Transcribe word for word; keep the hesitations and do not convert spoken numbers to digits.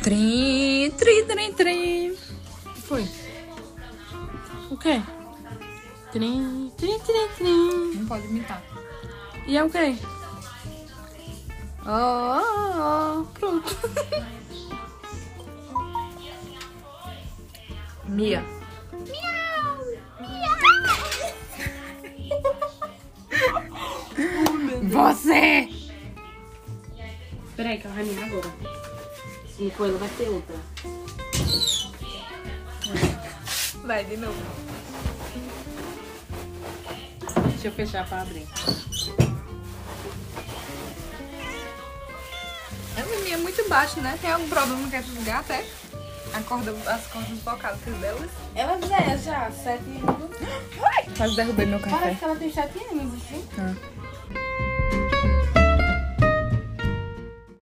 Trim, trim, trim, trim. O que foi? O quê? Trim, trim, trim, trim. Não pode imitar. E é o quê? Oh, oh, oh. Pronto. Mia. Você! Peraí, que ela vai miar agora. Se não for, ela vai ter outra. Vai de novo. Deixa eu fechar pra abrir. A minha é muito baixo, né? Tem algum problema que é desligar até? A corda, as cordas vocálicas delas. Ela é já, sete anos. Quase derrubei meu café. Parece que ela tem sete anos, assim. Ah.